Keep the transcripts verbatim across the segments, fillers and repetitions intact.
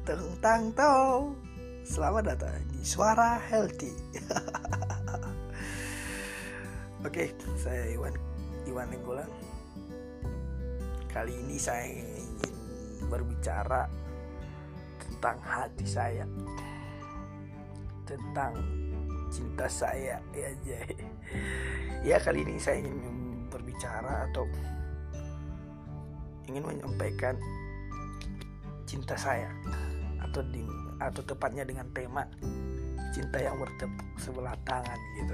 Tentang tau. Selamat datang di Suara Healthy. Oke, saya Iwan Iwan Nenggolan. Kali ini saya ingin berbicara tentang hati saya, tentang cinta saya. Ya, ya kali ini saya ingin berbicara atau ingin menyampaikan cinta saya, atau di, atau tepatnya dengan tema cinta yang bertepuk sebelah tangan gitu.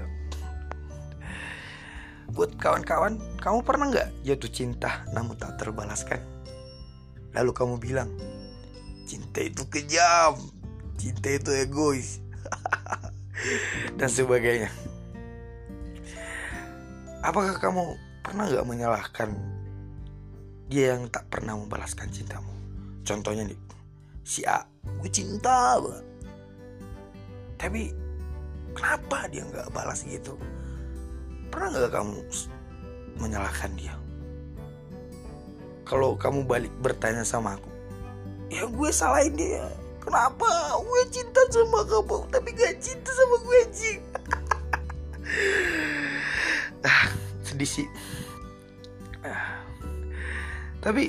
Buat kawan-kawan, kamu pernah nggak jatuh cinta namun tak terbalaskan? Lalu kamu bilang, cinta itu kejam, cinta itu egois, dan sebagainya. Apakah kamu pernah nggak menyalahkan dia yang tak pernah membalaskan cintamu? Contohnya nih, si A, gue cinta banget, tapi kenapa dia nggak balas gitu? Pernah nggak kamu menyalahkan dia? Kalau kamu balik bertanya sama aku, ya gue salahin dia. Kenapa gue cinta sama kamu tapi gak cinta sama gue, anjing? ah, sedih sih. Ah. Tapi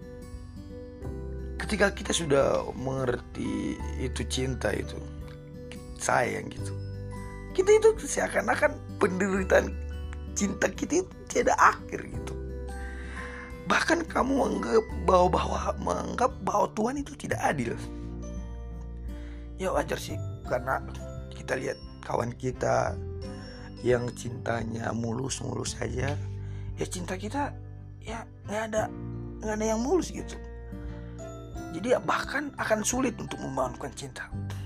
ketika kita sudah mengerti itu cinta itu sayang gitu, kita itu seakan-akan penderitaan cinta kita itu tiada akhir gitu. Bahkan kamu menganggap bahwa, bahwa menganggap bahwa Tuhan itu tidak adil. Ya wajar sih, karena kita lihat kawan kita yang cintanya mulus-mulus saja. Ya cinta kita ya nggak ada nggak ada yang mulus gitu. Jadi ya bahkan akan sulit untuk membangunkan cinta.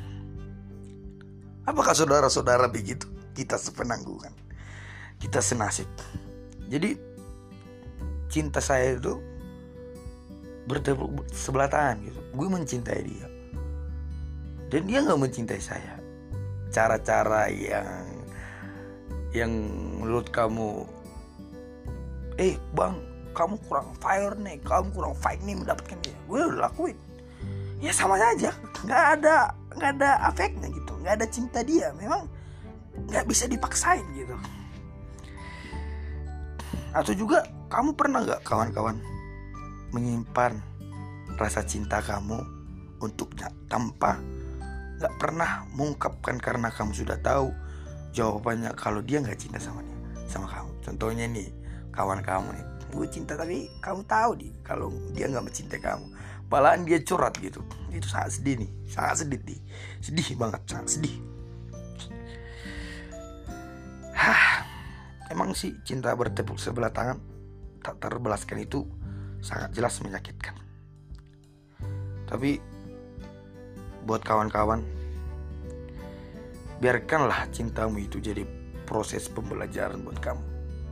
Apakah saudara-saudara begitu? Kita sepenanggungan, kita senasib. Jadi cinta saya itu bertepuk sebelah tangan gitu. Gue mencintai dia dan dia gak mencintai saya. Cara-cara yang Yang menurut kamu, Eh bang, kamu kurang fire nih, kamu kurang fight nih mendapatkan dia, gue udah lakuin. Ya sama saja, Gak ada Gak ada afeknya gitu, Gak ada cinta dia. Memang gak bisa dipaksain gitu. Atau juga kamu pernah gak kawan-kawan menyimpan rasa cinta kamu untuknya tanpa gak pernah mengungkapkan, karena kamu sudah tahu jawabannya kalau dia gak cinta sama dia, sama kamu. Contohnya nih, kawan kamu nih, gue cinta tapi kamu tahu nih kalau dia gak mencintai kamu, malahan dia curhat gitu. Itu sangat sedih nih, sangat sedih nih, sedih banget, sangat sedih. Hah, emang sih cinta bertepuk sebelah tangan tak terbalaskan itu sangat jelas menyakitkan. Tapi buat kawan-kawan, biarkanlah cintamu itu jadi proses pembelajaran buat kamu.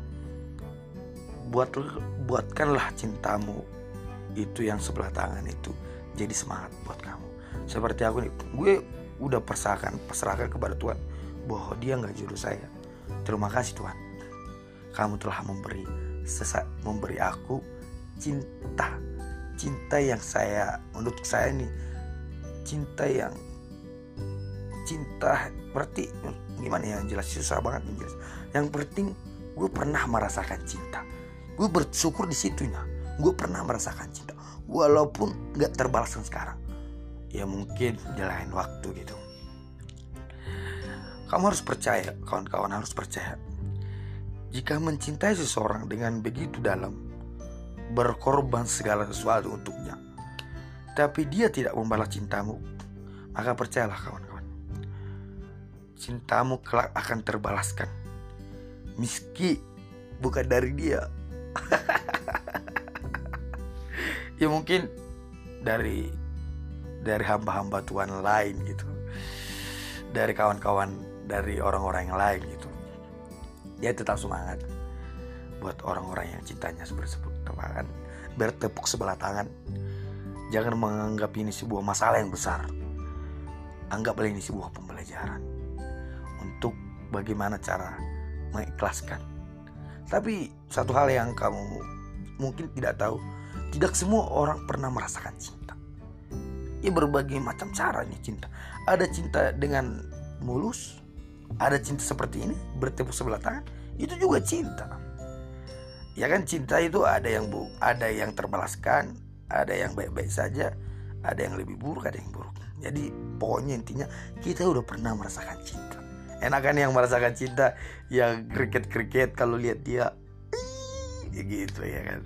Buat buatkanlah cintamu itu yang sebelah tangan itu jadi semangat buat kamu. Seperti aku nih, gue udah pasrahkan pasrahkan kepada Tuhan bahwa dia nggak jodoh saya. Terima kasih Tuhan, kamu telah memberi sesa, memberi aku cinta, cinta yang saya menurut saya nih cinta yang cinta berarti gimana ya, jelas susah banget jelas. Yang penting gue pernah merasakan cinta. Gue bersyukur di situnya. Gue pernah merasakan cinta, walaupun gak terbalaskan sekarang. Ya mungkin di lain waktu gitu. Kamu harus percaya, kawan-kawan harus percaya. Jika mencintai seseorang dengan begitu dalam, berkorban segala sesuatu untuknya, tapi dia tidak membalas cintamu, maka percayalah kawan-kawan, cintamu kelak akan terbalaskan, meski bukan dari dia. Ya mungkin dari dari hamba-hamba Tuhan lain gitu, dari kawan-kawan, dari orang-orang yang lain gitu. Dia tetap semangat buat orang-orang yang cintanya bersebut tangan, bertepuk sebelah tangan. Jangan menganggap ini sebuah masalah yang besar. Anggaplah ini sebuah pembelajaran untuk bagaimana cara mengikhlaskan. Tapi satu hal yang kamu mungkin tidak tahu, tidak semua orang pernah merasakan cinta. Ya berbagai macam cara nih cinta. Ada cinta dengan mulus, ada cinta seperti ini, bertepuk sebelah tangan, itu juga cinta. Ya kan, cinta itu ada yang bu, ada yang terbalaskan, ada yang baik-baik saja, ada yang lebih buruk, ada yang buruk. Jadi pokoknya intinya kita udah pernah merasakan cinta. Enakan yang merasakan cinta yang kriket-kriket kalau lihat dia, ya gitu ya kan.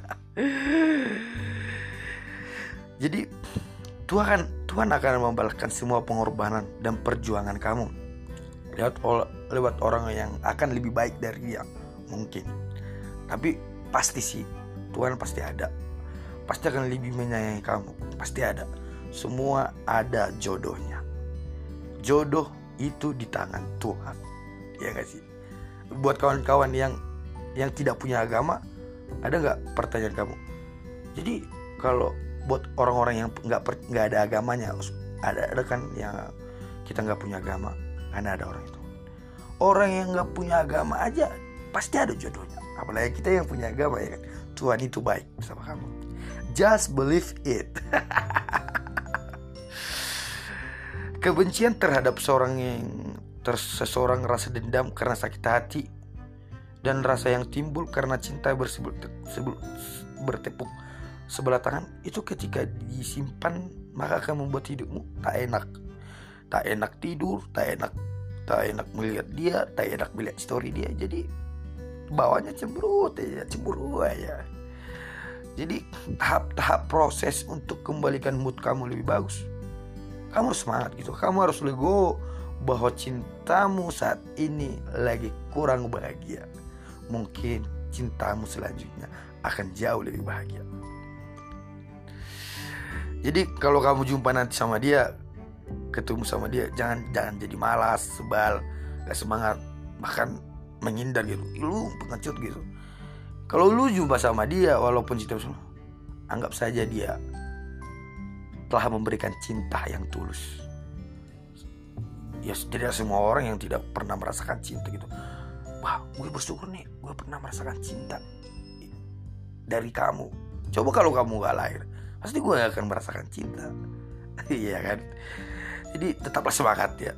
Jadi Tuhan Tuhan akan membalaskan semua pengorbanan dan perjuangan kamu lewat lewat orang yang akan lebih baik dari dia mungkin. Tapi pasti sih Tuhan pasti ada, pasti akan lebih menyayangi kamu, pasti ada. Semua ada jodohnya. Jodoh itu di tangan Tuhan, ya gak sih? Buat kawan-kawan yang yang tidak punya agama, ada nggak pertanyaan kamu? Jadi kalau buat orang-orang yang nggak nggak ada agamanya, ada ada kan yang kita nggak punya agama, karena ada orang itu. Orang yang nggak punya agama aja pasti ada jodohnya. Apalagi kita yang punya agama, ya kan? Tuhan itu baik sama kamu. Just believe it. Kebencian terhadap seorang yang ter, seseorang rasa dendam karena sakit hati, dan rasa yang timbul karena cinta bersebut, sebul, bertepuk sebelah tangan, itu ketika disimpan maka akan membuat hidupmu tak enak. Tak enak tidur, tak enak tak enak melihat dia, tak enak melihat story dia. Jadi bawahnya cemberut ya, cemburu aja. Jadi tahap-tahap proses untuk kembalikan mood kamu lebih bagus. Kamu harus semangat gitu. Kamu harus lego bahwa cintamu saat ini lagi kurang bahagia. Mungkin cintamu selanjutnya akan jauh lebih bahagia. Jadi kalau kamu jumpa nanti sama dia, ketemu sama dia, jangan jangan jadi malas, sebal, gak semangat, bahkan menghindar gitu. Lu pengecut gitu. Kalau lu jumpa sama dia, walaupun cinta sama, anggap saja dia telah memberikan cinta yang tulus. Ya tidak semua orang yang tidak pernah merasakan cinta gitu. Wah, gue bersyukur nih, gue pernah merasakan cinta dari kamu. Coba kalau kamu gak lahir, pasti gue gak akan merasakan cinta. Iya kan? Jadi tetaplah semangat ya.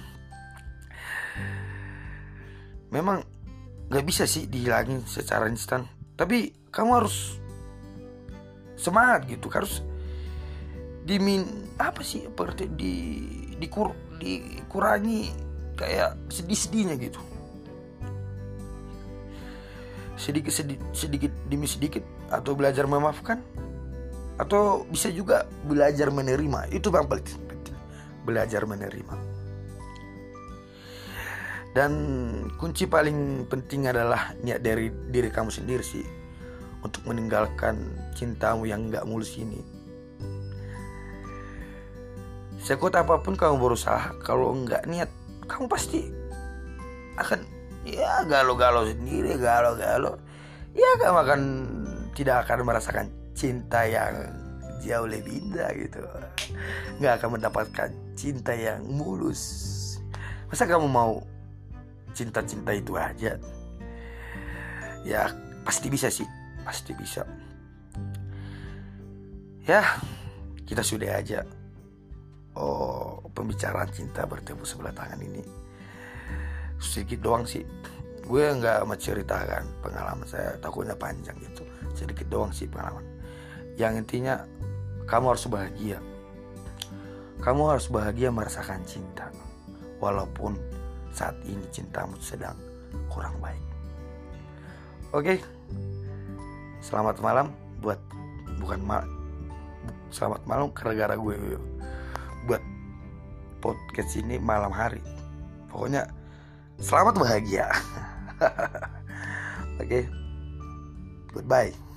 Memang gak bisa sih dihilangin secara instan, tapi kamu harus semangat gitu. Harus dimin apa sih seperti di dikur dikurangi kayak sedih-sedihnya gitu. Sedikit sedikit sedikit demi sedikit, atau belajar memaafkan, atau bisa juga belajar menerima. Itu yang paling penting, belajar menerima. Dan kunci paling penting adalah niat dari diri kamu sendiri sih, untuk meninggalkan cintamu yang gak mulus ini. Sekuat apapun kamu berusaha, kalau gak niat, kamu pasti akan ya galau-galau sendiri, galau-galau. Ya kamu akan tidak akan merasakan cinta yang jauh lebih indah gitu. Gak akan mendapatkan cinta yang mulus. Masa kamu mau cinta-cinta itu aja? Ya pasti bisa sih, pasti bisa. Ya kita sudah aja. Oh, pembicaraan cinta bertepuk sebelah tangan ini sedikit doang sih. Gue gak menceritakan pengalaman saya, takutnya panjang gitu. Sedikit doang sih pengalaman. Yang intinya kamu harus bahagia. Kamu harus bahagia merasakan cinta, walaupun saat ini cintamu sedang kurang baik. Oke, selamat malam buat bukan mal, selamat malam gara-gara gue buat podcast ini malam hari. Pokoknya selamat bahagia. Oke, okay. Goodbye.